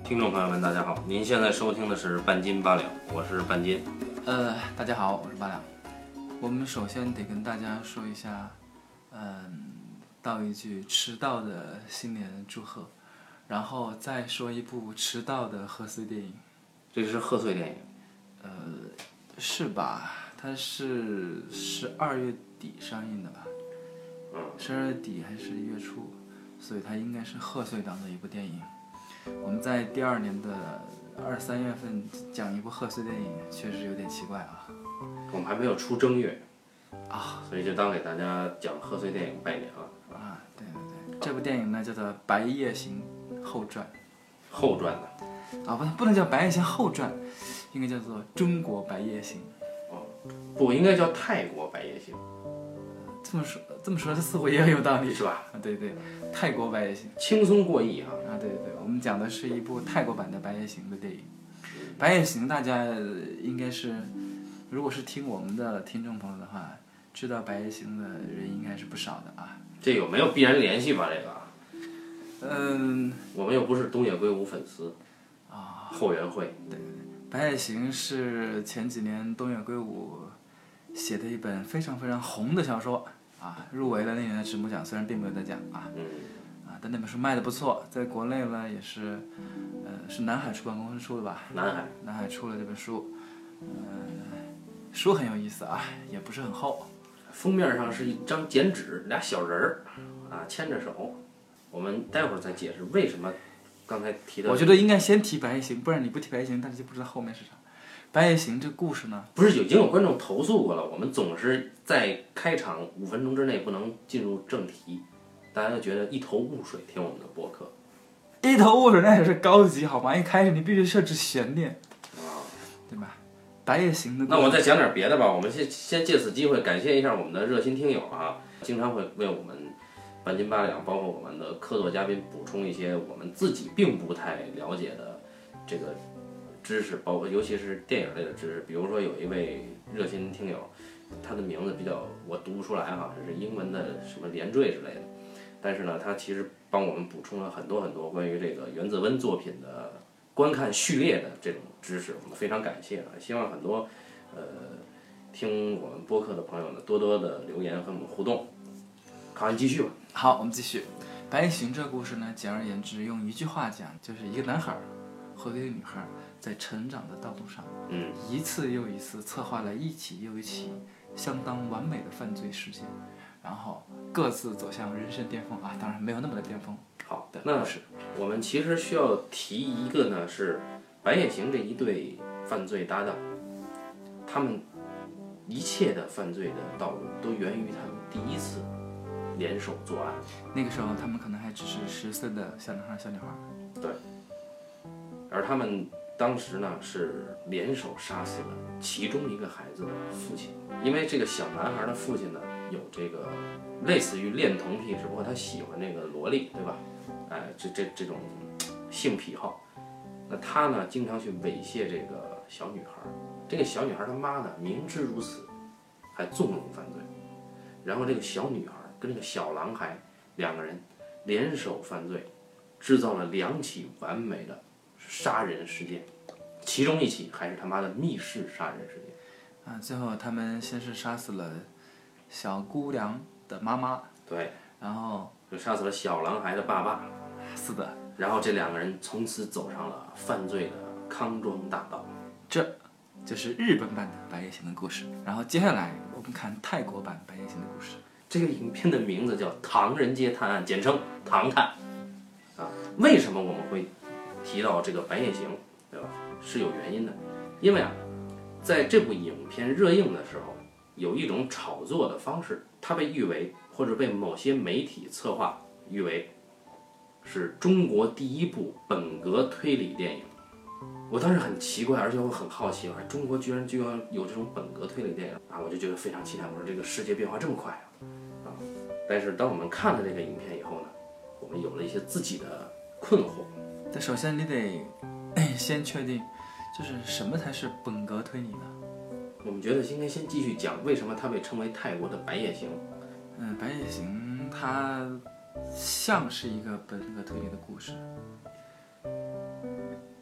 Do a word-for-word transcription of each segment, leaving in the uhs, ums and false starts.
听众朋友们，大家好，您现在收听的是半斤八两，我是半斤。 呃，大家好，我是八两。我们首先得跟大家说一下，嗯，道一句迟到的新年祝贺，然后再说一部迟到的贺岁电影。 这是贺岁电影？ 呃，是吧？它是十二月底上映的吧？ 嗯， 十二月底还是一月初，所以它应该是贺岁档的一部电影。我们在第二年的二三月份讲一部贺岁电影，确实有点奇怪啊。 我们还没有出正月啊， 所以就当给大家讲贺岁电影拜年了。 啊，对对对，这部电影呢叫做《白夜行后传》。 后传的？ 啊，不，不能叫《白夜行后传》，应该叫做《中国白夜行》。 哦，不应该叫泰国白夜行。 这么说，这么说，这似乎也很有道理， 是吧？ 啊，对对，泰国白夜行， 轻松过亿哈。 啊，对对对，我们讲的是一部泰国版的白夜行的电影。白夜行大家应该是，如果是听我们的听众朋友的话，知道白夜行的人应该是不少的啊。 这有没有必然联系吧？这个？ 嗯， 我们又不是东野圭吾粉丝啊。 后援会。 对对对，白夜行是前几年东野圭吾写的一本非常非常红的小说啊，入围了那年的直木奖，虽然并没有得奖啊。 嗯。 啊，但那本书卖的不错，在国内呢也是，呃，是南海出版公司出的吧？ 南海。 南海出了这本书，呃，书很有意思啊，也不是很厚。 封面上是一张剪纸，俩小人儿，啊，牵着手。我们待会儿再解释为什么刚才提的。 我觉得应该先提白夜行，不然你不提白夜行，大家就不知道后面是啥。白夜行这故事呢？ 不是已经有观众投诉过了，我们总是在开场五分钟之内不能进入正题，大家就觉得一头雾水听我们的播客。 一头雾水那也是高级好吗？一开始你必须设置悬念， 啊， 对吧？白夜行的故事。 那我再讲点别的吧。我们先先借此机会感谢一下我们的热心听友啊，经常会为我们半斤八两，包括我们的客座嘉宾补充一些我们自己并不太了解的这个知识，包括尤其是电影类的知识。比如说有一位热心听友，他的名字比较我读不出来哈，这是英文的什么连缀之类的，但是呢，他其实帮我们补充了很多很多关于这个原子温作品的观看序列的这种知识，我们非常感谢啊！希望很多呃听我们播客的朋友呢，多多的留言和我们互动。好，你继续吧。 好，我们继续。白夜行这个故事呢，简而言之，用一句话讲，就是一个男孩和一个女孩在成长的道路上， 嗯， 一次又一次策划了一起又一起相当完美的犯罪事件，然后各自走向人生巅峰啊，当然没有那么的巅峰。 好的，那是我们其实需要提一个呢，是白夜行这一对犯罪搭档，他们一切的犯罪的道路都源于他们第一次联手作案。 那个时候他们可能还只是十岁的小男孩小女孩。 对，而他们当时呢是联手杀死了其中一个孩子的父亲，因为这个小男孩的父亲呢有这个类似于恋童癖，只不过他喜欢这个萝莉，对吧？哎，这这这种性癖好，那他呢经常去猥亵这个小女孩，这个小女孩她妈呢明知如此，还纵容犯罪，然后这个小女孩跟这个小男孩两个人联手犯罪，制造了两起完美的杀人事件，其中一起还是他妈的密室杀人事件。 啊，最后他们先是杀死了小姑娘的妈妈， 对， 然后就杀死了小男孩的爸爸。 是的， 然后这两个人从此走上了犯罪的康庄大道。 这就是日本版的白夜行的故事。然后接下来我们看泰国版白夜行的故事。 这个影片的名字叫《唐人街探案》，简称《唐探》啊。为什么我们会提到这个白夜行，对吧？是有原因的，因为啊，在这部影片热映的时候，有一种炒作的方式，它被誉为或者被某些媒体策划誉为是中国第一部本格推理电影。我当时很奇怪，而且我很好奇，啊，中国居然就要有这种本格推理电影啊！我就觉得非常期待。我说这个世界变化这么快啊！啊！但是当我们看了这个影片以后呢，我们有了一些自己的困惑。 但首先你得先确定，就是什么才是本格推理呢？ 我们觉得应该先继续讲为什么它被称为泰国的白夜行。 嗯，白夜行它像是一个本格推理的故事，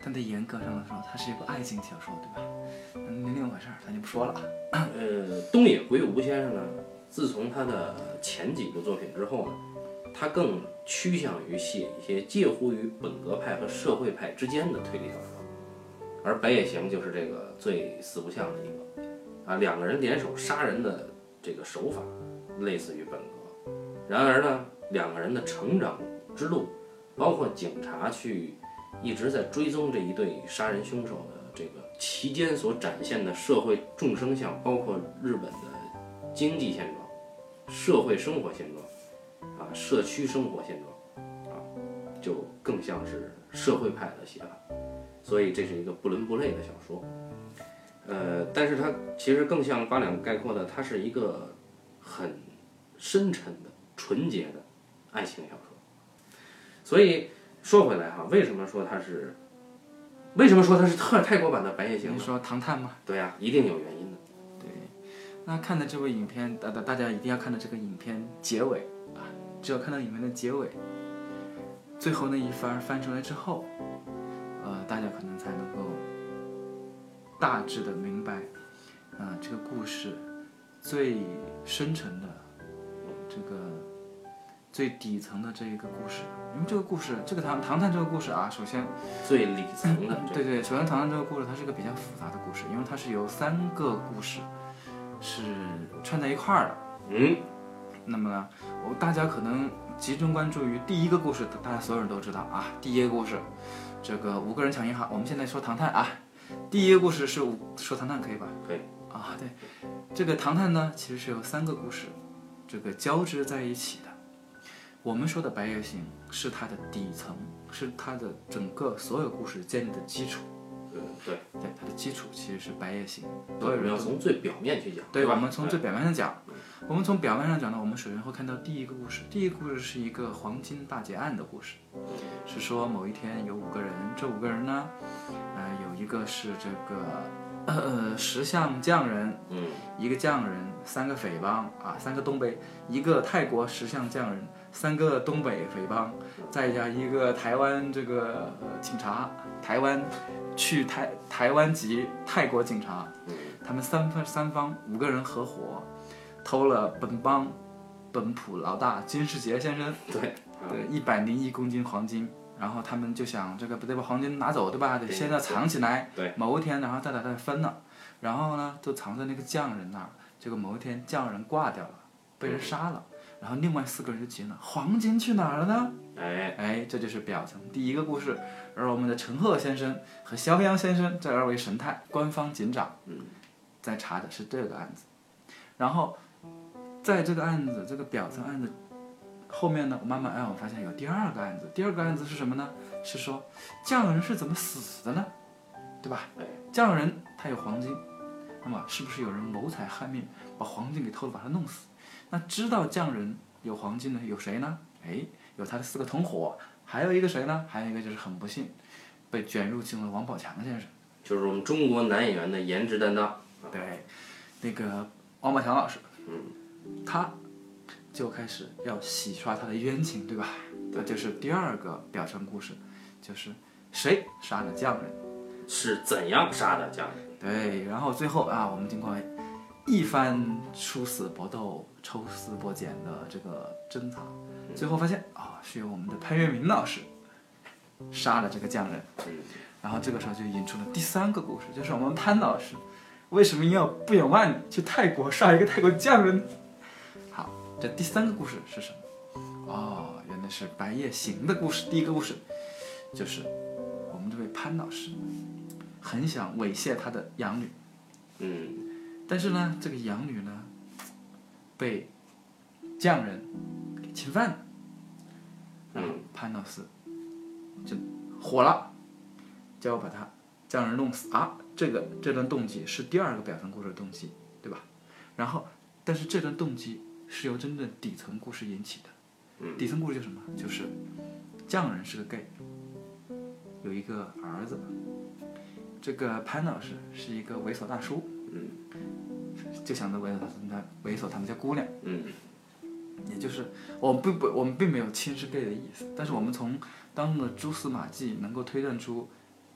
但在严格上来说，它是一部爱情小说，对吧？那另一回事儿，咱就不说了。 呃，东野圭吾先生呢，自从他的前几部作品之后呢，他更趋向于写一些介乎于本格派和社会派之间的推理小说，而白夜行就是这个最四不像的一个啊，两个人联手杀人的这个手法类似于本格，然而呢，两个人的成长之路，包括警察去一直在追踪这一对杀人凶手的这个期间所展现的社会众生相，包括日本的经济现状、社会生活现状啊、社区生活现状啊，就更像是社会派的写法，所以这是一个不伦不类的小说。呃，但是它其实更像八两概括的，它是一个很深沉的、纯洁的爱情小说。所以说回来哈，为什么说它是，为什么说它是特泰国版的《白夜行》呢？ 你说唐探吗？ 对呀、啊，一定有原因的。 对，那看的这部影片，大大大家一定要看到这个影片结尾啊，只有看到影片的结尾，最后那一番翻出来之后，呃，大家可能才能够大致的明白，啊、呃，这个故事最深沉的这个最底层的这一个故事。因为这个故事，这个唐唐探这个故事啊，首先最里层的、这个， 对对，首先唐探这个故事它是一个比较复杂的故事，因为它是由三个故事是串在一块儿的。 嗯， 那么呢，我大家可能集中关注于第一个故事，大家所有人都知道啊，第一个故事，这个五个人抢银行。我们现在说唐探啊，第一个故事是五说唐探可以吧？ 可以啊，对，这个唐探呢，其实是由三个故事这个交织在一起的。我们说的白夜行是它的底层，是它的整个所有故事建立的基础。 嗯，对， 对，它的基础其实是白夜行。 所有人要从最表面去讲。 对， 吧我们从最表面上讲，我们从表面上讲呢，我们首先会看到第一个故事。第一个故事是一个黄金大劫案的故事，是说某一天有五个人，这五个人呢，呃，有一个是这个呃石像匠人， 嗯， 一个匠人，三个匪帮啊，三个东北，一个泰国石像匠人。三个东北匪帮，再加一个台湾这个、呃、警察，台湾去台台湾籍泰国警察，他们三方三方五个人合伙，偷了本帮本埔老大金世杰先生对对一百零一公斤黄金，然后他们就想这个不得把黄金拿走对吧？得先要藏起来， 对， 某一天然后再打算分了，然后呢就藏在那个匠人那儿，结果某一天匠人挂掉了，被人杀了。然后另外四个人就急了，黄金去哪儿了呢？ 哎哎，这就是表层第一个故事。而我们的陈赫先生和肖央先生这二位神探，官方警长，在查的是这个案子。然后在这个案子，这个表层案子后面呢，我慢慢哎，我发现有第二个案子。第二个案子是什么呢？是说匠人是怎么死的呢？对吧？匠人他有黄金，那么是不是有人谋财害命，把黄金给偷了，把他弄死？那知道匠人有黄金的有谁呢？哎，有他的四个同伙，还有一个谁呢？还有一个就是很不幸，被卷入进了王宝强先生， 就是我们中国男演员的颜值担当。 对，那个王宝强老师， 嗯， 他就开始要洗刷他的冤情，对吧？这就是第二个表层故事，就是谁杀了匠人， 是怎样杀的匠人？ 对，然后最后啊，我们经过一番殊死搏斗、抽丝剥茧的这个侦查，最后发现啊、哦，是由我们的潘粤明老师杀了这个匠人。然后这个时候就引出了第三个故事，就是我们潘老师为什么要不远万里去泰国杀一个泰国匠人？好，这第三个故事是什么？哦，原来是白夜行的故事。第一个故事就是我们这位潘老师很想猥亵他的养女， 嗯。 但是呢，这个养女呢，被匠人给侵犯了，然后潘老师就火了，就要把他匠人弄死啊！这个这段动机是第二个表层故事的动机，对吧？然后，但是这段动机是由真正底层故事引起的。底层故事就是什么？就是匠人是个 gay， 有一个儿子，这个潘老师是一个猥琐大叔。嗯，就想着猥琐他猥琐他们家姑娘， 嗯， 也就是我们并不我们并没有轻视 gay 的意思，但是我们从当中的蛛丝马迹能够推断出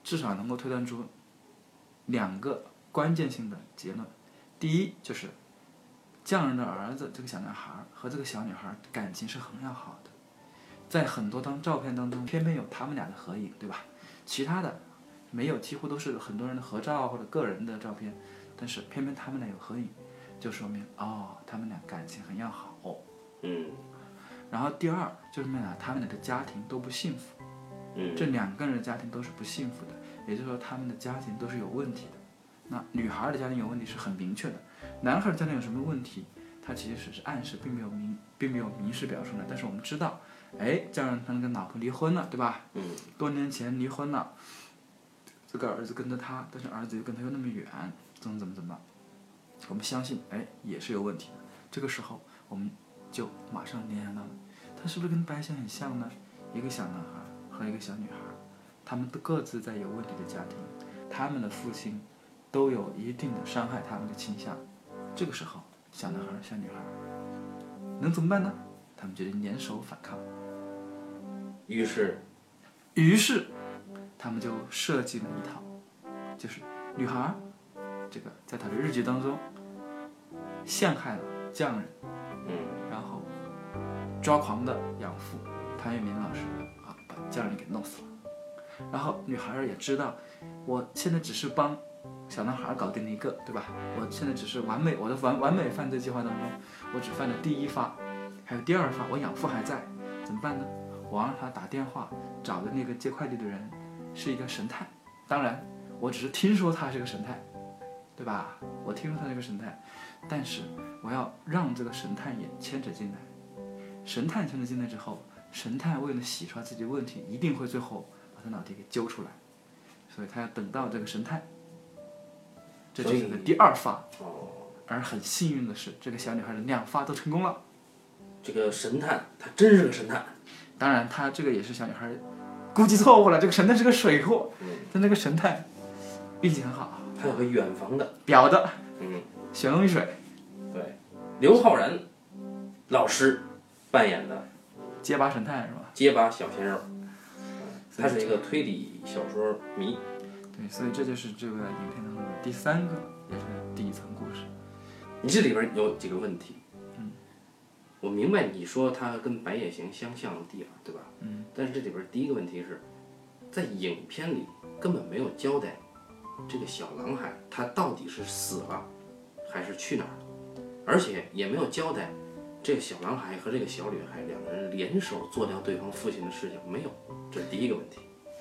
至少能够推断出两个关键性的结论。第一就是匠人的儿子这个小男孩和这个小女孩感情是很要好的，在很多张照片当中偏偏有他们俩的合影，对吧？其他的没有，几乎都是很多人的合照或者个人的照片，但是偏偏他们俩有合影，就说明哦，他们俩感情很要好。 嗯。 然后第二就是呢，他们俩的家庭都不幸福。 嗯。 这两个人的家庭都是不幸福的，也就是说他们的家庭都是有问题的。那女孩的家庭有问题是很明确的，男孩的家庭有什么问题，他其实是暗示，并没有明，并没有明示表出来。但是我们知道，哎，这样他那个老婆离婚了，对吧？ 嗯。 多年前离婚了，这个儿子跟着他，但是儿子又跟他又那么远，怎么怎么怎么，我们相信，哎，也是有问题的。这个时候我们就马上联想到了，他是不是跟白先很像呢？一个小男孩和一个小女孩，他们都各自在有问题的家庭，他们的父亲都有一定的伤害他们的倾向。这个时候，小男孩、小女孩能怎么办呢？他们决定联手反抗。 于是， 于是，他们就设计了一套，就是女孩这个在她的日记当中陷害了匠人， 嗯， 然后抓狂的养父潘粤明老师啊，把匠人给弄死了。然后女孩也知道，我现在只是帮小男孩搞定了一个，对吧？我现在只是完美，我的完完美犯罪计划当中，我只犯了第一发，还有第二发，我养父还在，怎么办呢？我让他打电话找的那个接快递的人是一个神探，当然我只是听说他是个神探，对吧？我听说他是个神探，但是我要让这个神探也牵扯进来。神探牵扯进来之后，神探为了洗刷自己的问题，一定会最后把他脑袋给揪出来，所以他要等到这个神探，这就是他的第二发。而很幸运的是，这个小女孩的两发都成功了。 这个神探他真是个神探。 当然，他这个也是小女孩估计错误了。这个神探是个水货，嗯、但这个神探运气很好， 还有个远房的表的， 嗯， 血浓于水。 对，刘昊然老师扮演的结巴神探是吧？ 结巴小鲜肉，他是一个推理小说迷。 对，所以这就是这个影片当中的第三个，也是第一层故事。 你这里边有几个问题。我明白你说他跟白夜行相像的地方，对吧？ 嗯。 但是这里边第一个问题是，在影片里根本没有交代这个小男孩他到底是死了还是去哪儿了，而且也没有交代这个小男孩和这个小女孩两个人联手做掉对方父亲的事情，没有，这是第一个问题。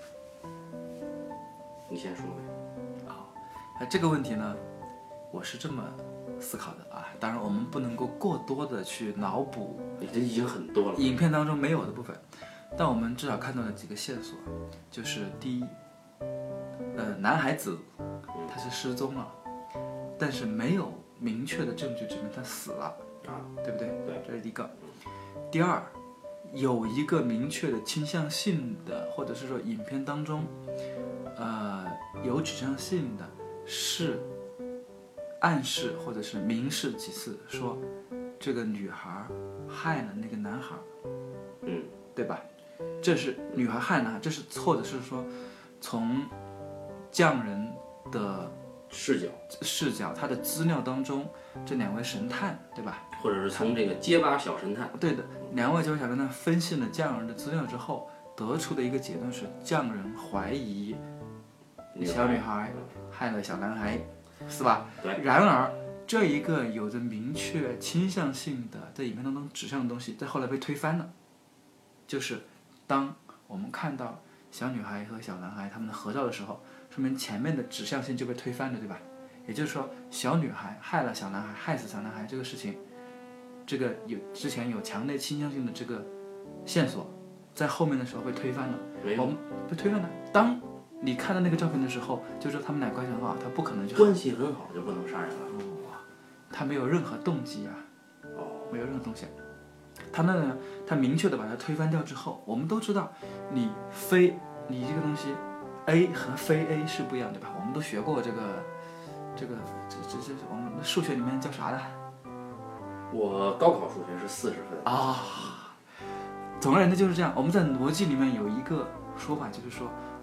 你先说呗。 好，那这个问题呢，我是这么思考的啊，当然我们不能够过多的去脑补， 这已经很多了， 影片当中没有的部分，但我们至少看到了几个线索，就是第一，呃，男孩子他是失踪了，但是没有明确的证据证明他死了啊， 对不对？ 对， 这是第一个。第二，有一个明确的倾向性的，或者是说影片当中，呃，有指向性的是。暗示或者是明示几次说，这个女孩害了那个男孩， 嗯， 对吧？这是女孩害了男孩，这是或者是说，从匠人的视角视角，他的资料当中，这两位神探，对吧？ 或者是从这个结巴小神探， 对的，两位结巴小神探分析了匠人的资料之后，得出的一个结论是，匠人怀疑小女孩害了小男孩。是吧？ 对。 然而，这一个有着明确倾向性的在影片当中指向的东西，在后来被推翻了。就是当我们看到小女孩和小男孩他们的合照的时候，说明前面的指向性就被推翻了，对吧？也就是说，小女孩害了小男孩，害死小男孩这个事情，这个有之前有强烈倾向性的这个线索，在后面的时候被推翻了。我们被推翻了。当你看到那个照片的时候，就说他们俩关系很好，他不可能就关系很好就不能杀人了。 哦，他没有任何动机啊， 哦， 没有任何动机。他那呢，他明确的把它推翻掉之后，我们都知道，你非你这个东西 ，A 和非 A 是不一样，对吧？我们都学过这个，这个这这这我们数学里面叫啥的？ 我高考数学是四十分啊。总而言之就是这样。我们在逻辑里面有一个说法，就是说。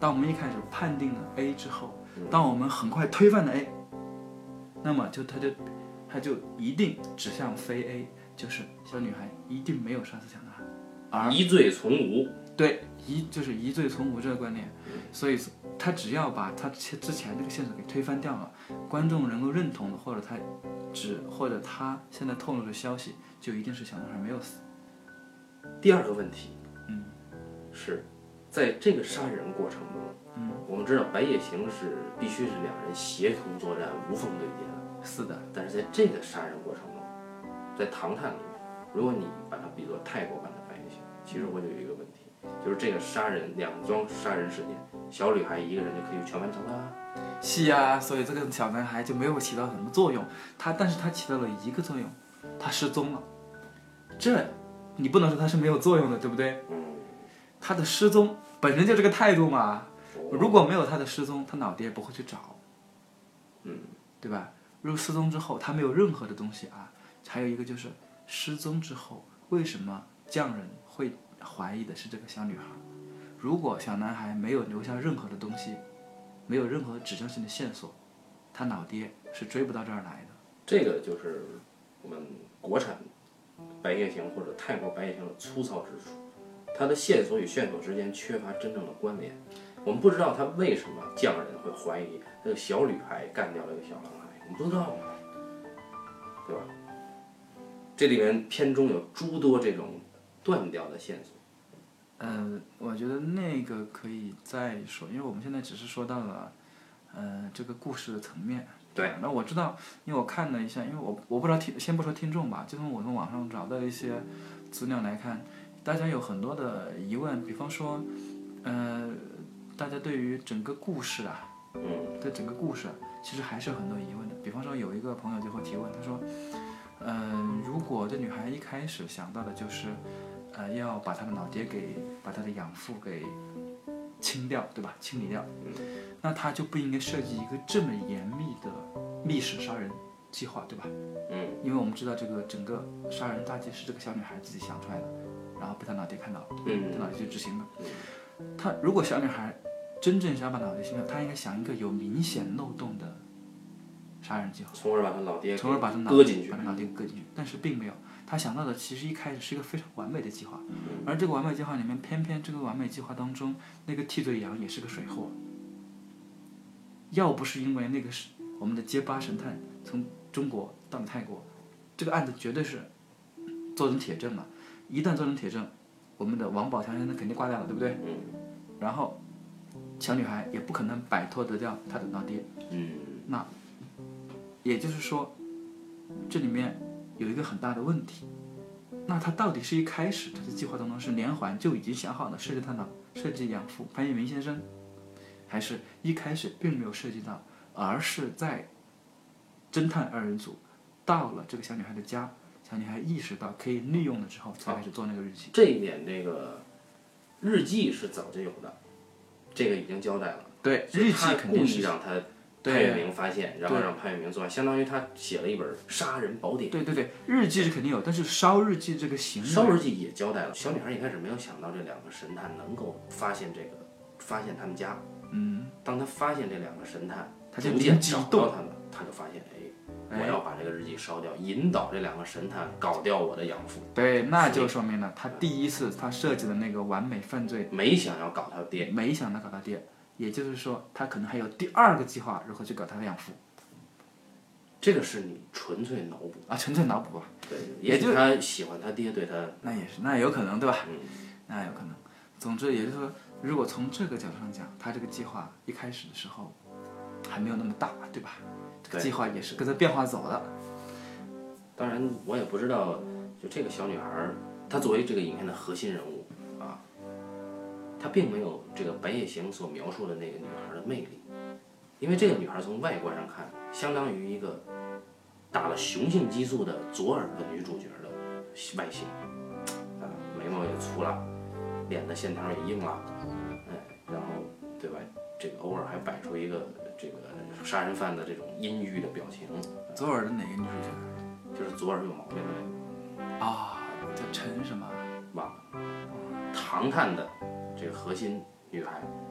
当我们一开始判定了 A 之后，当我们很快推翻了 A， 那么就他就他就一定指向非 A， 就是小女孩一定没有杀死小男孩，而疑罪从无。 对，疑就是疑罪从无这个观念，所以他只要把他之前这个线索给推翻掉了，观众能够认同的，或者他只或者他现在透露的消息，就一定是小男孩没有死。 第二个问题， 嗯， 是在这个杀人过程中， 嗯， 我们知道白夜行是必须是两人协同作战，无缝对接的。 是的， 但是在这个杀人过程中，在《唐探》里面，如果你把它比作泰国版的白夜行，其实我就有一个问题，就是这个杀人两桩杀人事件，小女孩一个人就可以全完成了。 是呀，所以这个小男孩就没有起到什么作用，他但是他起到了一个作用，他失踪了，这你不能说他是没有作用的，对不对？ 嗯， 他的失踪本身就是个态度嘛，如果没有他的失踪，他老爹不会去找， 嗯， 对吧？如果失踪之后他没有任何的东西啊，还有一个就是失踪之后为什么匠人会怀疑的是这个小女孩？如果小男孩没有留下任何的东西，没有任何指向性的线索，他老爹是追不到这儿来的。 这个就是我们国产白夜行或者泰国白夜行的粗糙之处，它的线索与线索之间缺乏真正的关联。我们不知道他为什么匠人会怀疑这个小女孩干掉了一个小男孩，我们不知道，对吧？这里面片中有诸多这种断掉的线索。 呃，我觉得那个可以再说，因为我们现在只是说到了，呃，这个故事的层面。 对。 那我知道，因为我看了一下，因为我我不知道听，先不说听众吧，就从我从网上找到的一些资料来看，大家有很多的疑问，比方说，呃，大家对于整个故事啊， 嗯， 对整个故事啊，其实还是有很多疑问的。比方说，有一个朋友就会提问，他说，呃，如果这女孩一开始想到的就是。呃，要把他的老爹给把他的养父给清掉，对吧？清理掉，那他就不应该设计一个这么严密的密室杀人计划，对吧？ 嗯， 因为我们知道这个整个杀人大计是这个小女孩自己想出来的，然后被他老爹看到了， 嗯， 他老爹就执行了。他如果小女孩真正想把老爹清掉，他应该想一个有明显漏洞的杀人计划， 从而把他老爹从而把他割进去， 把他老爹割进去，但是并没有。他想到的其实一开始是一个非常完美的计划，而这个完美计划里面，偏偏这个完美计划当中，那个替罪羊也是个水货。要不是因为那个是我们的结巴神探从中国到了泰国，这个案子绝对是做成铁证了。一旦做成铁证，我们的王宝强先生肯定挂掉了，对不对？然后小女孩也不可能摆脱得掉她的老爹。那也就是说，这里面有一个很大的问题，那他到底是一开始他的计划当中是连环就已经想好了设计他的设计养父潘粤明先生，还是一开始并没有涉及到，而是在侦探二人组到了这个小女孩的家，小女孩意识到可以利用了之后才开始做那个日记。 这一点这个日记是早就有的，这个已经交代了。 对，日记肯定是让他潘粤明发现，然后让潘粤明做，相当于他写了一本杀人宝典。 对对对，日记是肯定有，但是烧日记这个行为， 烧日记也交代了。小女孩一开始没有想到这两个神探能够发现这个，发现他们家。 嗯。 当他发现这两个神探， 他就逐渐找到他们，他就发现，哎，我要把这个日记烧掉，引导这两个神探搞掉我的养父。 对，那就说明了他第一次他设计的那个完美犯罪， 没想要搞他爹， 没想到搞他爹。也就是说，他可能还有第二个计划，如何去搞他的养父。 这个是你纯粹脑补啊，纯粹脑补吧。 对，也许他喜欢他爹，对他那也是，那有可能，对吧？ 嗯， 那有可能。总之，也就是说，如果从这个角度上讲，他这个计划一开始的时候还没有那么大，对吧？这个计划也是跟着变化走的。 当然，我也不知道，就这个小女孩，她作为这个影片的核心人物啊。她并没有这个白夜行所描述的那个女孩的魅力，因为这个女孩从外观上看，相当于一个打了雄性激素的左耳的女主角的外形，啊，眉毛也粗了，脸的线条也硬了，哎，然后对吧？这个偶尔还摆出一个这个杀人犯的这种阴郁的表情。 左耳的哪个女主角？ 就是左耳有毛病的那个。啊，叫陈什么？ 忘了。唐探的。这个核心女孩，她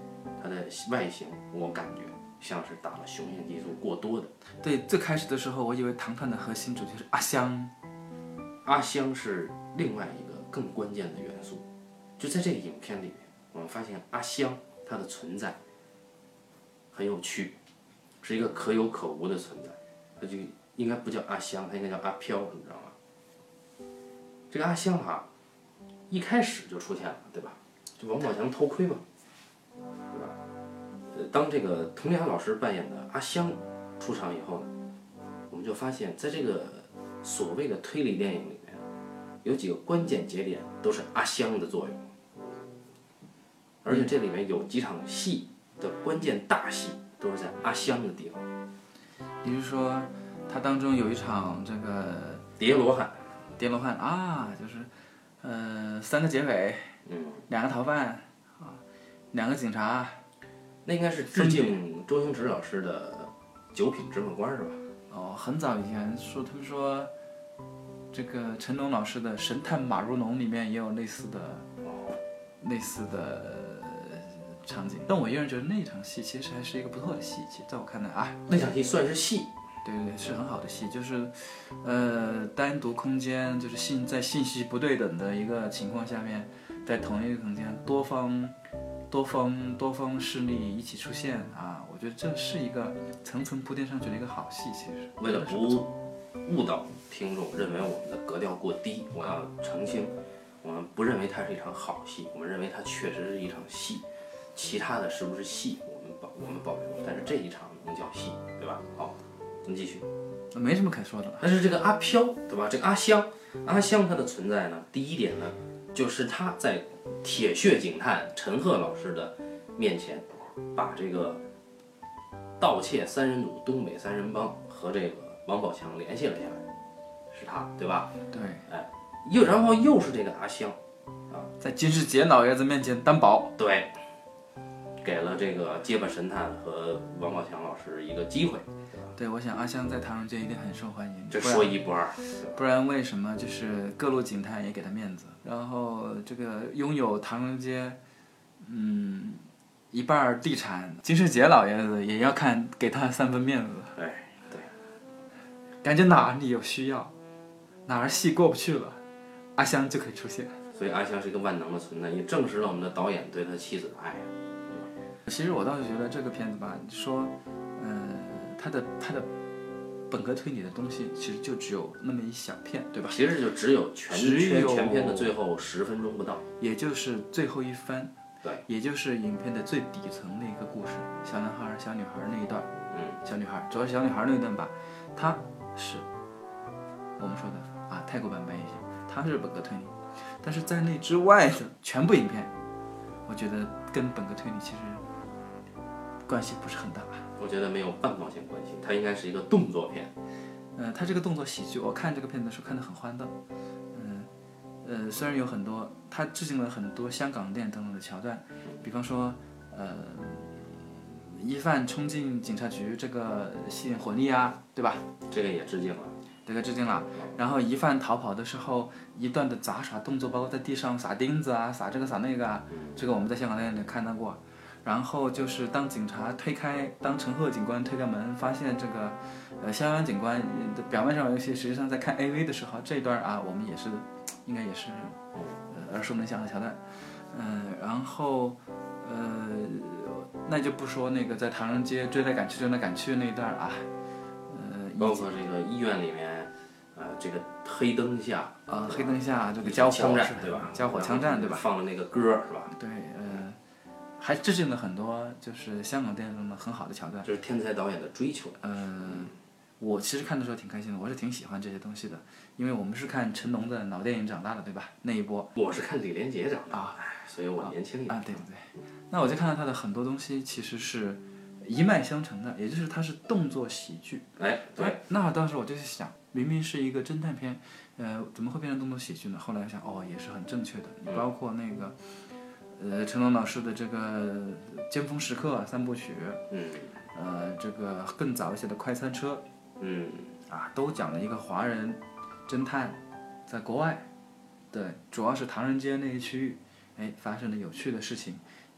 的外形我感觉像是打了雄性激素过多的。 对，最开始的时候我以为唐探的核心主题是阿香， 阿香是另外一个更关键的元素。就在这个影片里面，我们发现阿香它的存在很有趣，是一个可有可无的存在。它就应该不叫阿香，它应该叫阿飘，你知道吗？这个阿香啊，一开始就出现了，对吧？就王宝强偷窥嘛，对吧？呃，当这个佟丽娅老师扮演的阿香出场以后呢，我们就发现，在这个所谓的推理电影里面，有几个关键节点都是阿香的作用，而且这里面有几场戏的关键大戏都是在阿香的地方。 比如说，它当中有一场这个叠罗汉， 叠罗汉啊，就是呃三个劫匪， 嗯， 两个逃犯啊，两个警察， 那应该是致敬周星驰老师的《九品芝麻官》是吧？ 哦，很早以前说他们说，这个成龙老师的《神探马如龙》里面也有类似的，类似的场景。但我依然觉得那场戏其实还是一个不错的戏，其实在我看来啊， 那场戏算是戏， 对对对，是很好的戏，就是，呃，单独空间就是信在信息不对等的一个情况下面，在同一个空间多方。多方多方势力一起出现啊，我觉得这是一个层层铺垫上去的一个好戏。其实为了不误导听众认为我们的格调过低，我要澄清，我们不认为它是一场好戏，我们认为它确实是一场戏。其他的是不是戏，我们保我们保留，但是这一场能叫戏，对吧？好，咱们继续。 没什么可说的了。 但是这个阿飘，对吧？这个阿香，阿香它的存在呢，第一点呢，就是他在铁血警探陈赫老师的面前，把这个盗窃三人组东北三人帮和这个王宝强联系了下来，是他，对吧？ 对， 哎，又然后又是这个阿香，啊， 在金世杰老爷子面前担保， 对，给了这个结巴神探和王宝强老师一个机会。 对，我想阿香在唐人街一定很受欢迎， 这说一不二， 不然为什么就是各路警探也给他面子，然后这个拥有唐人街，嗯，一半地产，金世杰老爷子也要看给他三分面子。 对对， 感觉哪里有需要，哪儿戏过不去了，阿香就可以出现。 所以阿香是一个万能的存在，也证实了我们的导演对他妻子的爱。 其实我倒是觉得这个片子吧，说，呃。它的它的本格推理的东西其实就只有那么一小片，对吧？ 其实就只有全全全片的最后十分钟不到， 也就是最后一番， 对， 也就是影片的最底层的一个故事，小男孩小女孩那一段， 嗯， 小女孩主要是小女孩那一段吧，它是我们说的啊泰国版本也行，它是本格推理，但是在那之外的全部影片，我觉得跟本格推理其实关系不是很大。 我觉得没有半毛钱关系，它应该是一个动作片。 呃，它这个动作喜剧，我看这个片子的时候看得很欢乐。嗯，呃，虽然有很多，它致敬了很多香港电影当中的桥段，比方说，呃，疑犯冲进警察局这个吸引火力啊，对吧？ 这个也致敬了。 这个致敬了。然后疑犯逃跑的时候，一段的杂耍动作，包括在地上撒钉子啊，撒这个撒那个啊，这个我们在香港电影里看到过。然后就是当警察推开，当陈赫警官推开门，发现这个，呃，肖央警官表面上有些，实际上在看 A V 的时候，这一段啊，我们也是，应该也是，呃，耳熟能详的桥段，嗯、呃，然后，呃，那就不说那个在唐人街追来赶去追来赶去那一段啊，呃， 包括这个医院里面，呃，这个黑灯下啊，黑灯下这个交火战对吧？ 交火枪战对吧？ 放的那个歌是吧？ 对，呃。还致敬了很多就是香港电影中的很好的桥段， 这是天才导演的追求。 嗯，我其实看的时候挺开心的，我是挺喜欢这些东西的，因为我们是看成龙的老电影长大的，对吧？那一波。 我是看李连杰长大啊， 所以我年轻一点。 啊，对对对。那我就看到他的很多东西其实是一脉相承的，也就是它是动作喜剧。 哎，对。 那当时我就在想，明明是一个侦探片，呃，怎么会变成动作喜剧呢？后来想，哦，也是很正确的。你包括那个。呃，成龙老师的这个《尖峰时刻》三部曲， 嗯， 呃，这个更早一些的《快餐车》， 嗯， 啊，都讲了一个华人侦探在国外，对，主要是唐人街那一区域，哎，发生了有趣的事情，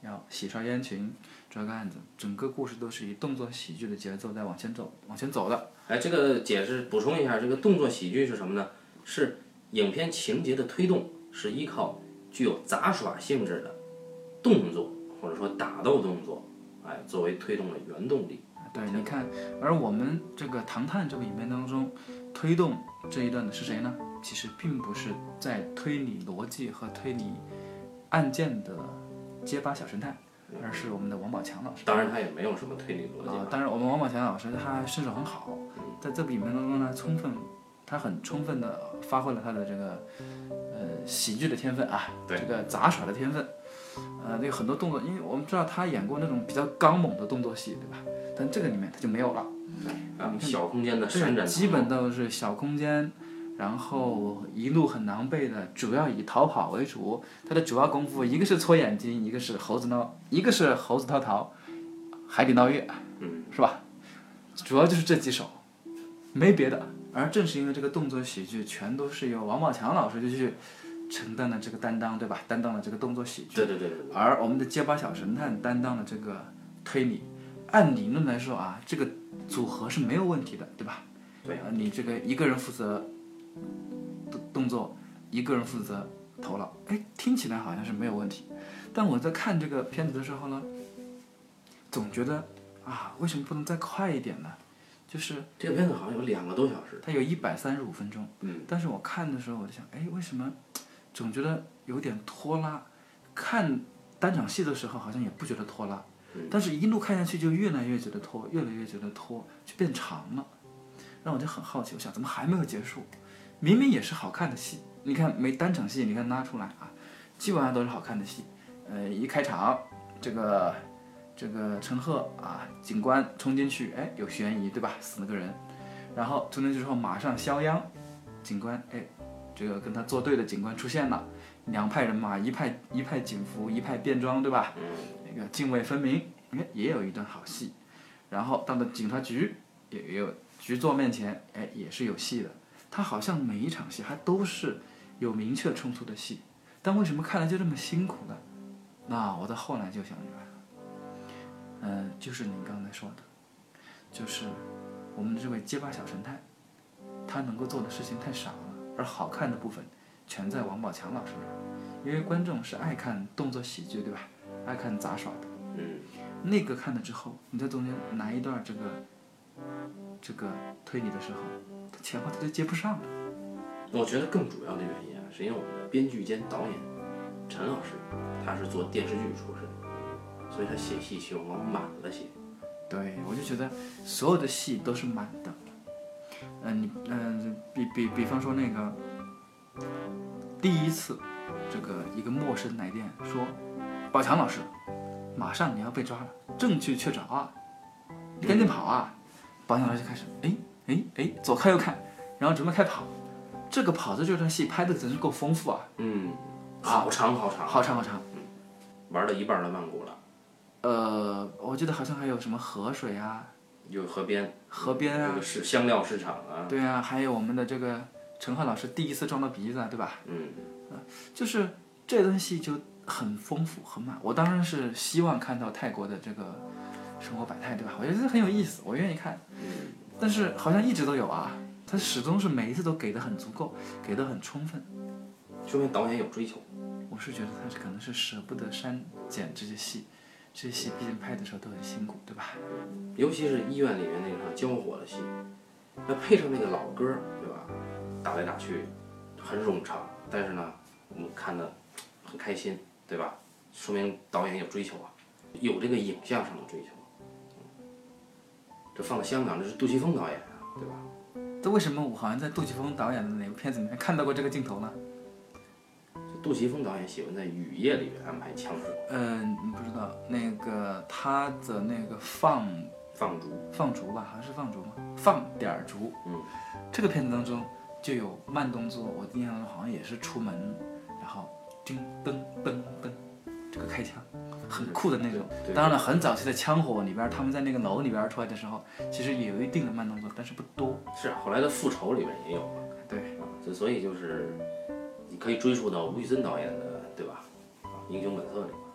要洗刷烟群，抓个案子，整个故事都是以动作喜剧的节奏在往前走，往前走的。 哎，这个解释补充一下，这个动作喜剧是什么呢？是影片情节的推动是依靠具有杂耍性质的动作或者说打斗动作，哎，作为推动的原动力。 对，你看，而我们这个《唐探》这部影片当中，推动这一段的是谁呢？其实并不是在推理逻辑和推理案件的结巴小神探，而是我们的王宝强老师。 当然，他也没有什么推理逻辑。 啊，当然，我们王宝强老师他身手很好，在这部影片当中呢，充分，他很充分的发挥了他的这个呃喜剧的天分啊，这个杂耍的天分。呃，那个很多动作，因为我们知道他演过那种比较刚猛的动作戏，对吧？但这个里面他就没有了。 啊，小空间的闪展， 基本都是小空间，然后一路很狼狈的，主要以逃跑为主。他的主要功夫，一个是搓眼睛，一个是猴子闹，一个是猴子掏桃，海底捞月， 嗯， 是吧？主要就是这几手，没别的。而正是因为这个动作喜剧，全都是由王宝强老师就去承担了这个担当，对吧？担当了这个动作喜剧。 对对对对。 而我们的结巴小神探担当了这个推理。按理论来说啊，这个组合是没有问题的，对吧？ 对。 呃，你这个一个人负责动动作，一个人负责头脑，哎，听起来好像是没有问题。但我在看这个片子的时候呢，总觉得啊，为什么不能再快一点呢？就是这个片子好像有两个多小时， 它有一百三十五分钟。 嗯。 但是我看的时候，我就想，哎，为什么总觉得有点拖拉？看单场戏的时候好像也不觉得拖拉。但是一路看下去就越来越觉得拖，越来越觉得拖，就变长了，让我就很好奇，我想怎么还没有结束？明明也是好看的戏，你看没单场戏，你看拉出来啊，基本上都是好看的戏。呃，一开场，这个这个陈赫啊，警官冲进去，哎，有悬疑，对吧？死了个人，然后冲进去之后马上肖央，警官，哎，这个跟他作对的警官出现了，两派人马，一派一派警服，一派便装，对吧？那个泾渭分明，哎，也有一段好戏。然后到了警察局，也有局座面前，哎，也是有戏的。他好像每一场戏还都是有明确冲突的戏，但为什么看了就这么辛苦呢？那我到后来就想明白了，嗯、呃，就是您刚才说的，就是我们的这位结巴小神探，他能够做的事情太少了，而好看的部分全在王宝强老师那儿，因为观众是爱看动作喜剧，对吧？爱看杂耍的， 嗯， 那个看了之后，你在中间来一段这个这个推理的时候，他前后他就接不上了。 我觉得更主要的原因啊，是因为我们的编剧兼导演陈老师，他是做电视剧出身，所以他写戏喜欢往满了写。 对，我就觉得所有的戏都是满的。嗯、呃，你嗯、呃，比比比方说那个第一次，这个一个陌生来电说。宝强老师，马上你要被抓了，证据确凿啊，你赶紧跑啊！宝强老师就开始，哎哎哎，左看右看，然后准备开跑。这个跑的这段戏拍的真是够丰富啊！ 嗯，好长好长， 好长好长。 嗯，玩到一半的曼谷了。 呃，我记得好像还有什么河水啊， 有河边， 河边啊， 那个是香料市场啊。 对啊，还有我们的这个陈赫老师第一次撞到鼻子，对吧？ 嗯， 呃，就是这段戏就。很丰富很满，我当然是希望看到泰国的这个生活百态，对吧？我觉得这很有意思，我愿意看。 嗯， 但是好像一直都有啊，他始终是每一次都给的很足够，给的很充分， 说明导演有追求。 我是觉得他是可能是舍不得删减这些戏，这些戏毕竟拍的时候都很辛苦，对吧？ 尤其是医院里面那场交火的戏，那配上那个老歌，对吧？打来打去，很冗长，但是呢，我们看的很开心。对吧？说明导演有追求啊，有这个影像上的追求。这放到香港，这是杜琪峰导演啊，对吧？ 这为什么我好像在杜琪峰导演的哪个片子里面看到过这个镜头呢？ 杜琪峰导演喜欢在雨夜里面安排枪火。 嗯，你不知道那个他的那个放放逐放逐吧，好像是放逐吗？放点逐。 嗯， 这个片子当中就有慢动作，我印象中好像也是出门，然后。叮噔噔噔，这个开枪很酷的那种。当然了，很早期的枪火里边，他们在那个楼里边出来的时候，其实也有一定的慢动作，但是不多。 是后来的复仇里面也有嘛。 对啊，所以就是你可以追溯到吴宇森导演的，对吧？啊，英雄本色里嘛。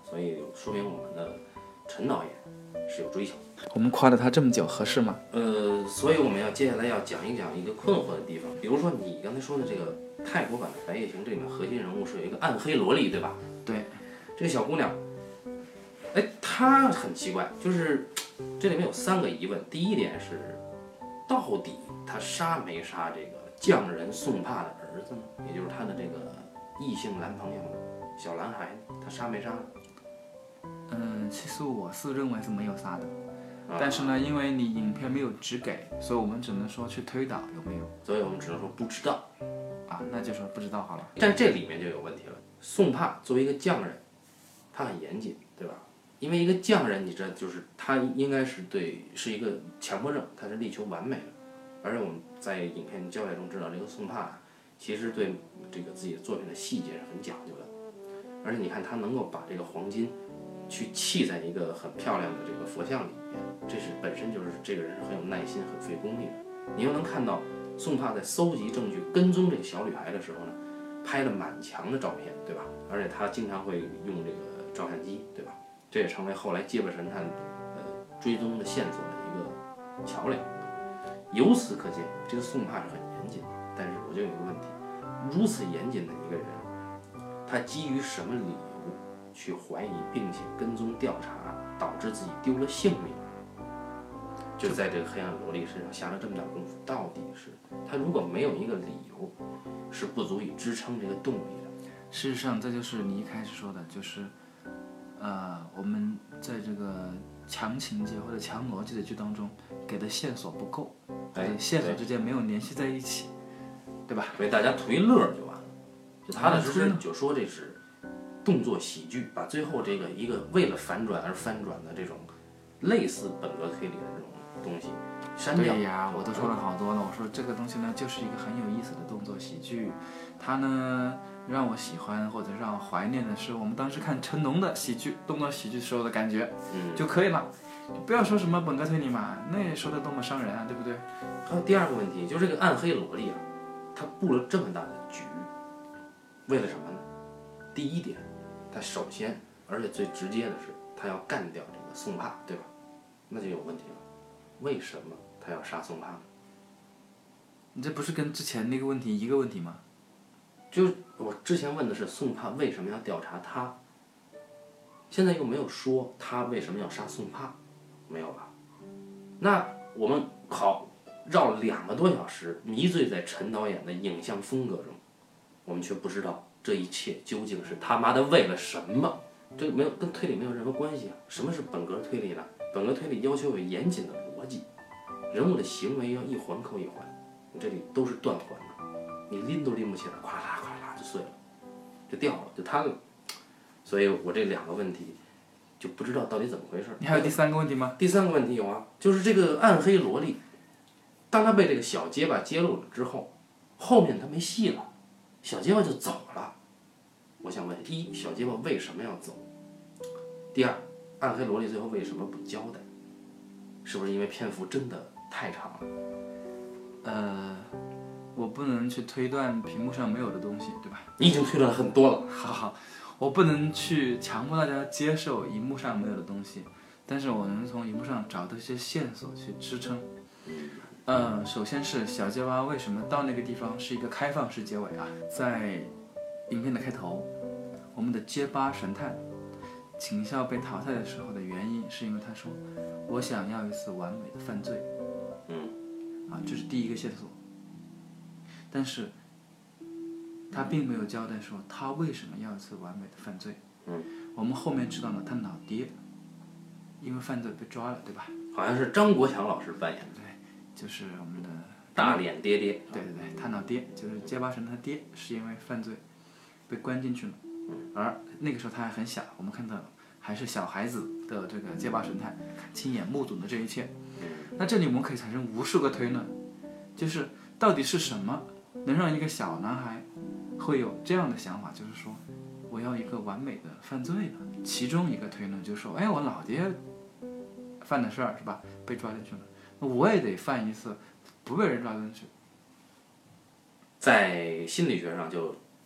所以说明我们的陈导演是有追求。 我们夸了他这么久，合适吗？ 呃，所以我们要接下来要讲一讲一个困惑的地方，比如说你刚才说的这个泰国版的《白夜行》，这里面核心人物是有一个暗黑萝莉，对吧？ 对， 这个小姑娘，哎，她很奇怪，就是这里面有三个疑问。第一点是，到底她杀没杀这个匠人宋帕的儿子呢？也就是她的这个异性男朋友小男孩，她杀没杀呢？ 嗯，其实我是认为是没有杀的。 啊但是呢，因为你影片没有只给，所以我们只能说去推导有没有所以我们只能说不知道。 啊，那就说不知道好了。 但这里面就有问题了。宋帕作为一个匠人，他很严谨，对吧？因为一个匠人，你知道，就是他应该是对是一个强迫症，他是力求完美的。而且我们在影片交代中知道，这个宋帕其实对这个自己的作品的细节是很讲究的。而且你看，他能够把这个黄金去砌在一个很漂亮的这个佛像里面，这是本身就是这个人是很有耐心、很费功力的。你又能看到宋帕在搜集证据、跟踪这个小女孩的时候呢，拍了满墙的照片，对吧？而且他经常会用这个照相机，对吧？这也成为后来结巴神探呃追踪的线索的一个桥梁。由此可见，这个宋帕是很严谨的。但是我就有一个问题：如此严谨的一个人，他基于什么理由去怀疑并且跟踪调查，导致自己丢了性命？就在这个黑暗萝莉身上下了这么大功夫，到底是他如果没有一个理由，是不足以支撑这个动力的。 事实上，这就是你一开始说的，就是，呃，我们在这个强情节或者强逻辑的剧当中给的线索不够， 哎， 线索之间没有联系在一起，对吧？ 所以大家图一乐就完了，就踏踏实实就说这是动作喜剧，把最后这个一个为了反转而翻转的这种类似本格推理的这种东西删掉。 对呀，我都说了好多了。我说这个东西呢，就是一个很有意思的动作喜剧，它呢让我喜欢或者让我怀念的是我们当时看成龙的喜剧动作喜剧时候的感觉， 嗯， 就可以了。不要说什么本格推理嘛，那也说的多么伤人啊，对不对？ 还有第二个问题，就是这个暗黑萝莉啊，她布了这么大的局，为了什么呢？第一点，她首先而且最直接的是，她要干掉这个宋帕，对吧？那就有问题了，为什么她要杀宋帕呢？ 你这不是跟之前那个问题一个问题吗？ 就我之前问的是宋帕为什么要调查他，现在又没有说他为什么要杀宋帕，没有吧？那我们好绕了两个多小时，迷醉在陈导演的影像风格中，我们却不知道这一切究竟是他妈的为了什么？这没有跟推理没有任何关系啊！什么是本格推理呢？本格推理要求有严谨的逻辑，人物的行为要一环扣一环，你这里都是断环的，你拎都拎不起来，咵啦咵啦就碎了，就掉了，就瘫了。所以我这两个问题就不知道到底怎么回事。 你还有第三个问题吗？ 第三个问题有啊，就是这个暗黑萝莉，当她被这个小结巴揭露了之后，后面她没戏了，小结巴就走了。我想问：一，小结巴为什么要走？第二，暗黑萝莉最后为什么不交代？是不是因为篇幅真的太长了？ 呃，我不能去推断屏幕上没有的东西，对吧？ 你已经推断了很多了。 好好，我不能去强迫大家接受荧幕上没有的东西，但是我能从荧幕上找到一些线索去支撑。嗯，首先是小结巴为什么到那个地方是一个开放式结尾啊？在影片的开头，我们的结巴神探警校被淘汰的时候的原因，是因为他说：“我想要一次完美的犯罪。” 嗯， 啊，这是第一个线索。但是他并没有交代说他为什么要一次完美的犯罪。 嗯， 我们后面知道了他老爹因为犯罪被抓了，对吧？ 好像是张国强老师扮演的。 对，就是我们的大脸爹爹。 对对对，他老爹就是结巴神他爹，是因为犯罪被关进去了。而那个时候他还很小，我们看到还是小孩子的这个结巴神探亲眼目睹了这一切。那这里我们可以产生无数个推论，就是到底是什么能让一个小男孩会有这样的想法，就是说我要一个完美的犯罪呢？其中一个推论就是说，哎，我老爹犯的事儿是吧，被抓进去了，那我也得犯一次，不被人抓进去。 在心理学上就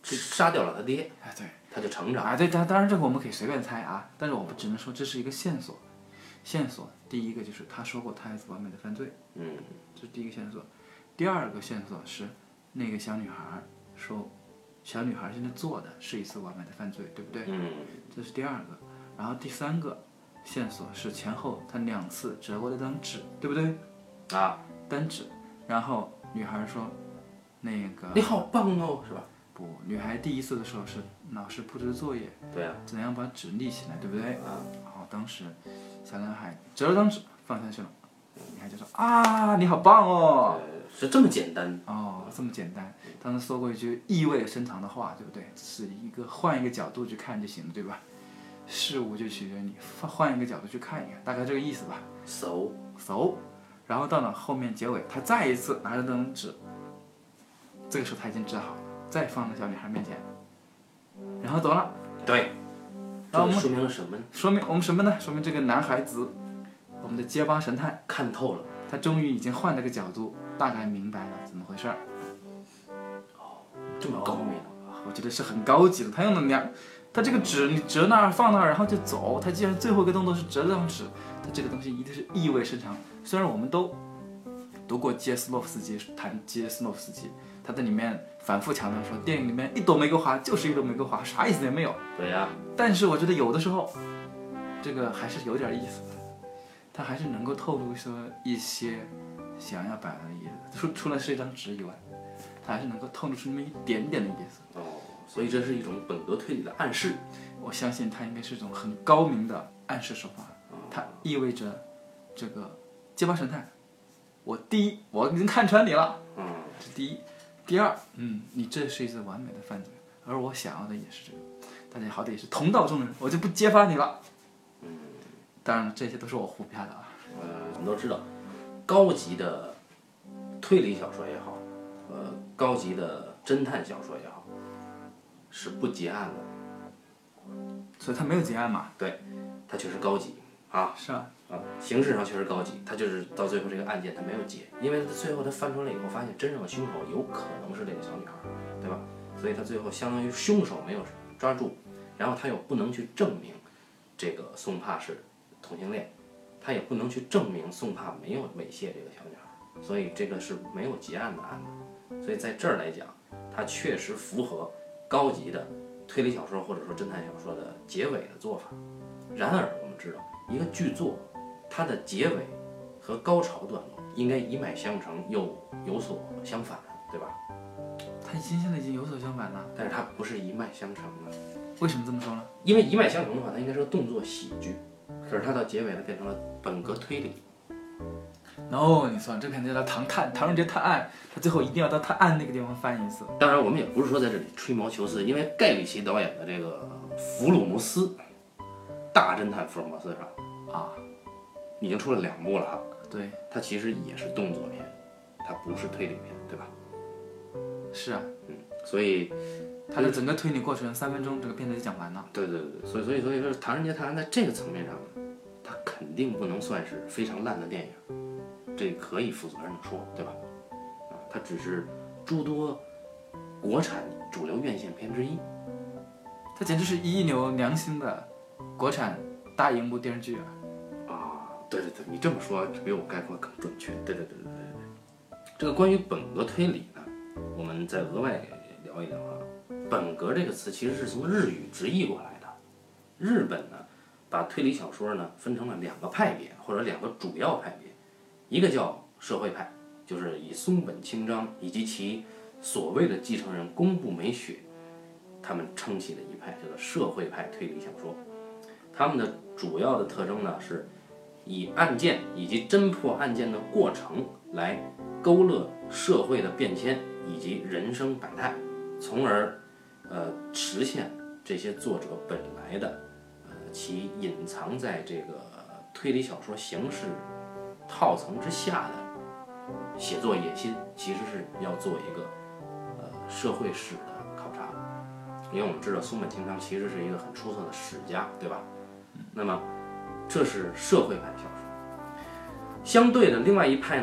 杀掉了他爹， 哎，对， 他就成长。 啊，对，当当然这个我们可以随便猜啊，但是我们只能说这是一个线索。线索第一个就是他说过他儿子完美的犯罪， 嗯， 这是第一个线索。第二个线索是那个小女孩说，小女孩现在做的是一次完美的犯罪，对不对？ 嗯， 这是第二个。然后第三个线索是前后他两次折过的张纸，对不对？ 啊， 单纸。然后女孩说，那个你好棒哦，是吧？ 不，女孩第一次的时候是老师布置的作业， 对啊， 怎样把纸立起来，对不对？ 啊， 好，当时小男孩折了张纸放下去了，女孩就说啊，你好棒哦。 呃是这么简单。 哦，这么简单。当时说过一句意味深长的话，对不对？只是一个换一个角度去看就行了，对吧？事物就取决于你换一个角度去看一看，大概这个意思吧。 So so，然后到了后面结尾，他再一次拿着那张纸，这个时候他已经折好了，再放在小女孩面前，然后走了。 对， 然后我们这说明了什么呢？ 说明我们什么呢？说明这个男孩子，我们的结巴神探看透了。 他终于已经换了个角度，大概明白了怎么回事儿。 这么高明， 我觉得是很高级的。他用了两，他这个纸你折那儿放那儿，然后就走。他既然最后一个动作是折这张纸，他这个东西一定是意味深长。虽然我们都读过杰斯洛夫斯基谈杰斯洛夫斯基，他在里面反复强调说，电影里面一朵玫瑰花就是一朵玫瑰花，啥意思也没有。 对呀、 但是我觉得有的时候，这个还是有点意思的，他还是能够透露说一些想要表达的意思。除除了是一张纸以外，他还是能够透露出那么一点点的意思。 哦，所以这是一种本格推理的暗示。 我相信它应该是一种很高明的暗示手法，它意味着这个结巴神探，我第一我已经看穿你了， 嗯， 这第一，第二，嗯，你这是一次完美的犯罪，而我想要的也是这个，大家好歹也是同道中人，我就不揭发你了。 嗯， 当然了，这些都是我胡编的啊。 呃，我们都知道，高级的推理小说也好，呃，高级的侦探小说也好，是不结案的。 所以他没有结案嘛？ 对，它确实高级啊。 是啊。 啊，形式上确实高级，他就是到最后这个案件他没有解，因为他最后他翻出来以后发现真正的凶手有可能是这个小女孩，对吧？所以他最后相当于凶手没有抓住，然后他又不能去证明这个宋帕是同性恋，他也不能去证明宋帕没有猥亵这个小女孩，所以这个是没有结案的案子。所以在这儿来讲，它确实符合高级的推理小说或者说侦探小说的结尾的做法。然而我们知道，一个剧作它的结尾和高潮段落应该一脉相承，又有所相反，对吧？ 他已经现在已经有所相反了。 但是它不是一脉相承的。 为什么这么说呢？ 因为一脉相承的话，它应该是个动作喜剧，可是它到结尾呢变成了本格推理。 no， 你说这肯定叫唐探，唐人街探案，他最后一定要到探案那个地方翻一次。 当然，我们也不是说在这里吹毛求疵，因为盖里奇导演的这个《福鲁摩斯》大侦探福尔摩斯是吧？ 啊， 已经出了两部了哈。 对， 它其实也是动作片，它不是推理片，对吧？ 是啊， 嗯，所以他的整个推理过程三分钟，这个片子就讲完了。 对对对，所以所以所以说，《唐人街探案》在这个层面上，它肯定不能算是非常烂的电影，这可以负责任的说，对吧？啊，它只是诸多国产主流院线片之一。 它简直是一流良心的国产大荧幕电视剧啊！ 啊，对对对，你这么说比我概括更准确。对对对对对对。这个关于本格推理呢，我们再额外聊一聊啊。本格这个词其实是从日语直译过来的。日本呢，把推理小说呢分成了两个派别或者两个主要派别，一个叫社会派，就是以松本清张以及其所谓的继承人宫部美雪他们撑起的一派，叫做社会派推理小说。他们的主要的特征呢，是以案件以及侦破案件的过程来勾勒社会的变迁以及人生百态，从而呃实现这些作者本来的呃其隐藏在这个推理小说形式套层之下的写作野心，其实是要做一个呃社会史的考察。因为我们知道松本清张其实是一个很出色的史家，对吧？那么这是社会派小说。相对的另外一派呢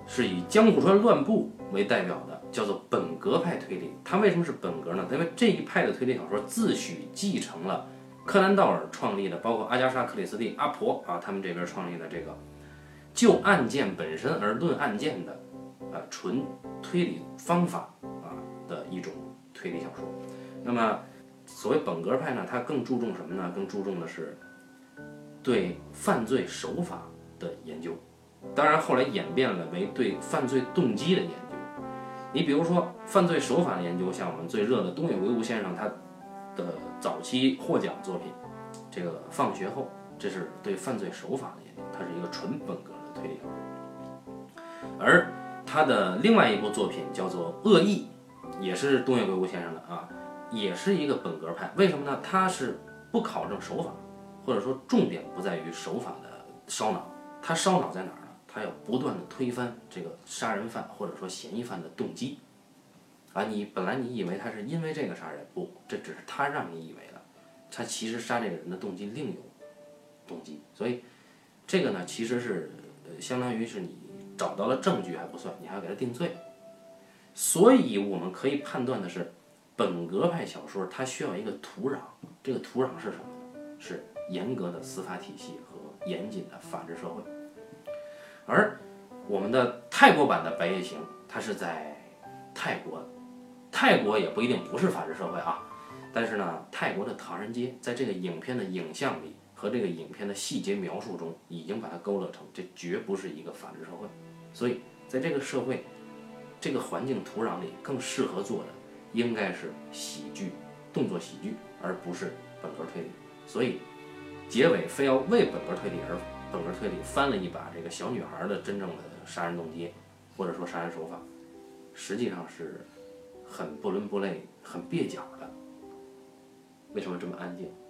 是以江户川乱步为代表的，叫做本格派推理。它为什么是本格呢？因为这一派的推理小说自诩继承了柯南道尔创立的，包括阿加莎·克里斯蒂、阿婆啊他们这边创立的这个就案件本身而论案件的呃纯推理方法啊的一种推理小说。那么所谓本格派呢，它更注重什么呢？更注重的是对犯罪手法的研究，当然后来演变了为对犯罪动机的研究。你比如说犯罪手法的研究，像我们最热的东野圭吾先生他的早期获奖作品这个放学后，这是对犯罪手法的研究，它是一个纯本格的推理小说。而他的另外一部作品叫做《恶意》，也是东野圭吾先生的啊，也是一个本格派。为什么呢？他是不考证手法，或者说重点不在于手法的烧脑，他烧脑在哪儿呢？他要不断的推翻这个杀人犯或者说嫌疑犯的动机啊，你本来你以为他是因为这个杀人，不，这只是他让你以为的，他其实杀这个人的动机另有动机。所以这个呢，其实是呃相当于是你找到了证据还不算，你还要给他定罪。所以我们可以判断的是，本格派小说它需要一个土壤，这个土壤是什么呢？是严格的司法体系和严谨的法治社会。而我们的泰国版的《白夜行》，它是在泰国，泰国也不一定不是法治社会啊，但是呢，泰国的唐人街在这个影片的影像里和这个影片的细节描述中，已经把它勾勒成这绝不是一个法治社会。所以在这个社会、这个环境土壤里，更适合做的应该是喜剧、动作喜剧，而不是本格推理。所以结尾非要为本格推理而本格推理翻了一把这个小女孩的真正的杀人动机，或者说杀人手法，实际上是很不伦不类、很蹩脚的。为什么这么安静？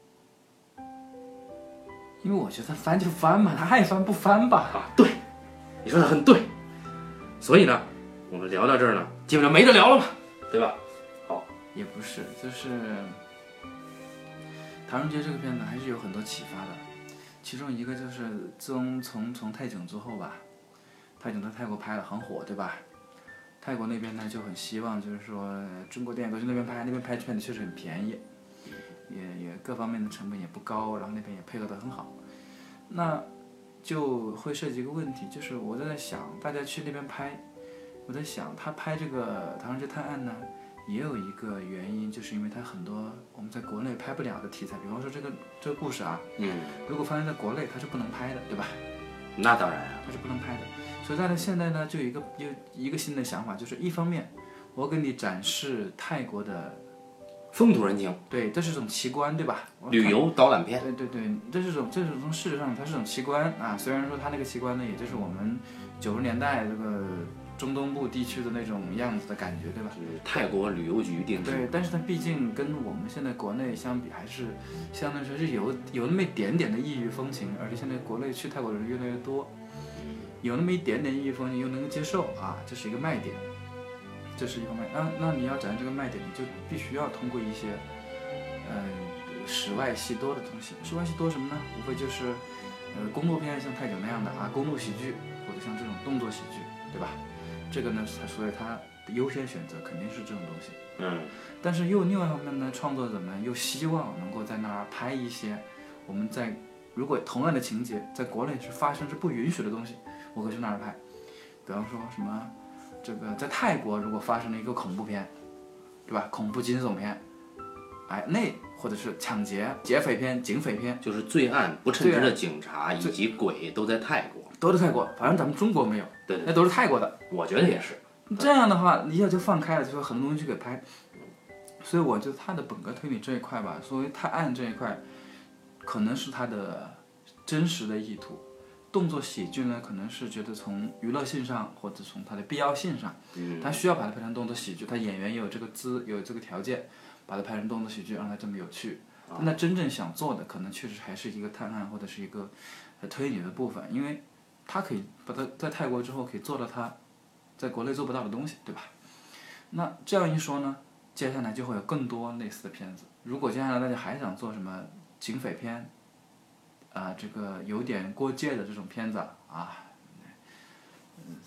因为我觉得翻就翻嘛，他爱翻不翻吧？ 啊，对，你说的很对。所以呢，我们聊到这儿呢，基本上没得聊了嘛，对吧？好， 也不是，就是《唐人街》这个片子还是有很多启发的。其中一个就是自从从从泰囧之后吧，泰囧在泰国拍了很火，对吧？泰国那边呢就很希望，就是说中国电影都去那边拍，那边拍片子确实很便宜，也也各方面的成本也不高，然后那边也配合得很好，那就会涉及一个问题，就是我在想，大家去那边拍，我在想他拍这个《唐人街探案》呢，也有一个原因，就是因为它很多我们在国内拍不了的题材，比方说这个这个故事啊， 嗯， 如果发生在国内，它是不能拍的，对吧？ 那当然啊， 它是不能拍的。所以在现在呢，就有一个有一个新的想法，就是一方面，我给你展示泰国的风土人情， 对，这是种奇观，对吧？ 旅游导览片， 对对对，这是种这是从事实上它是种奇观啊。虽然说它那个奇观呢，也就是我们九十年代这个中东部地区的那种样子的感觉，对吧？ 是泰国旅游局定制。 对，但是它毕竟跟我们现在国内相比，还是相对来说是有有那么一点点的异域风情，而且现在国内去泰国的人越来越多，有那么一点点异域风情又能够接受啊，这是一个卖点，这是一方面。那那你要展现这个卖点，你就必须要通过一些呃室外戏多的东西。室外戏多什么呢？无非就是呃公路片，像泰囧那样的啊，公路喜剧，或者像这种动作喜剧，对吧？这个呢，它所以它的优先选择肯定是这种东西。 嗯。 但是又另外一方面呢，创作者们又希望能够在那儿拍一些我们在如果同样的情节在国内是发生是不允许的东西，我可以去那儿拍。比方说什么，这个在泰国如果发生了一个恐怖片，对吧？恐怖惊悚片，哎，那或者是抢劫、劫匪片、警匪片， 就是罪案不称职的警察以及鬼都在泰国， 都在泰国，反正咱们中国没有， 对对， 那都是泰国的。 我觉得也是。 这样的话，一下就放开了，就说很多东西去给拍。所以我觉得他的本格推理这一块吧，作为探案这一块，可能是他的真实的意图。动作喜剧呢，可能是觉得从娱乐性上或者从它的必要性上， 嗯， 他需要把它拍成动作喜剧，他演员也有这个资有这个条件，把它拍成动作喜剧，让它这么有趣。但他真正想做的，可能确实还是一个探案或者是一个推理的部分，因为他可以把它在泰国之后可以做到他在国内做不到的东西，对吧？那这样一说呢，接下来就会有更多类似的片子。如果接下来大家还想做什么警匪片，啊、呃，这个有点过界的这种片子啊，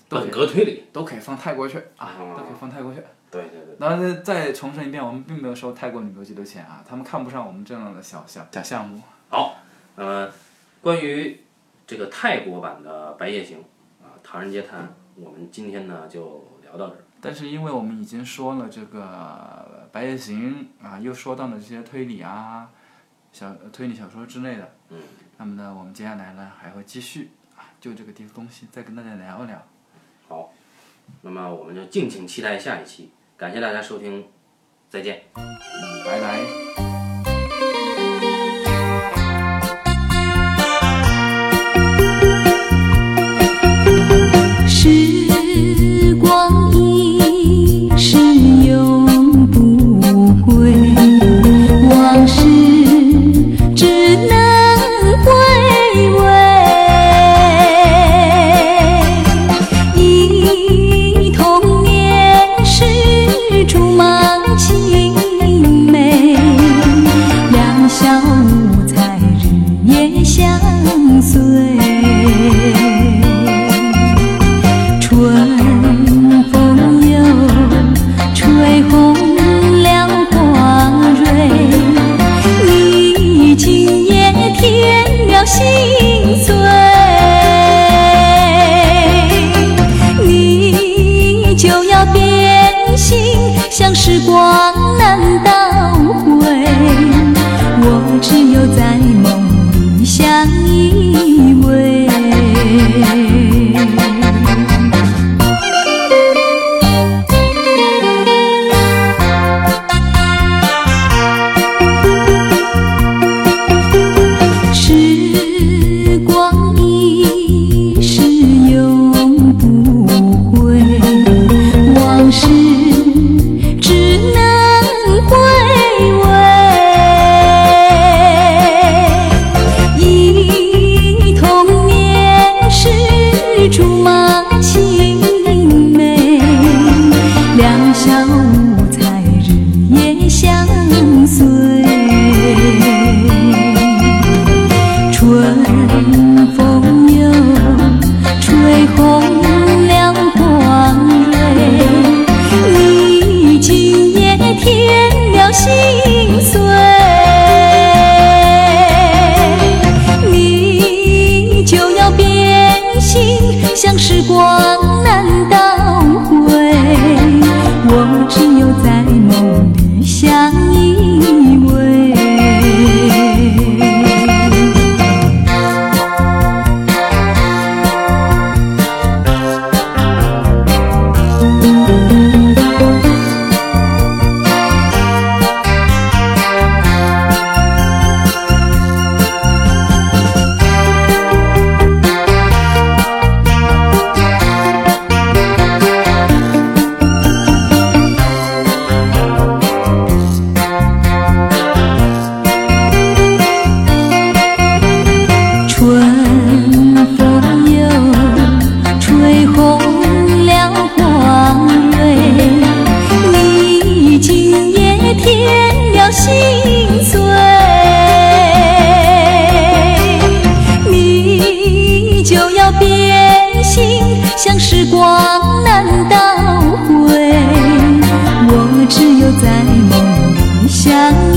本格推理都可以放泰国去啊， 嗯、 都可以放泰国去。 对对对。 然后再重申一遍，我们并没有收泰国旅游局的钱啊，他们看不上我们这样的小小小项目。 好，那么关于这个泰国版的《白夜行》啊，《唐人街探案》，我们今天呢就聊到这儿。 但是因为我们已经说了这个《白夜行》啊，又说到了这些推理啊、小推理小说之类的， 嗯， 那么呢，我们接下来呢还会继续啊，就这个地东西再跟大家聊一聊。 好，那么我们就敬请期待下一期，感谢大家收听，再见， 嗯，拜拜。 时光一逝永不回，往事只能回味。忆童年时竹马青梅，两小无猜日夜相随。春风又吹红了花蕊，你今夜添了心碎，你就要变心，像时光难倒回，我只有在梦里相依偎。像时光难倒回，我只有在梦里相依偎。心碎，你就要变心，像时光难倒回，我只有在梦里相依。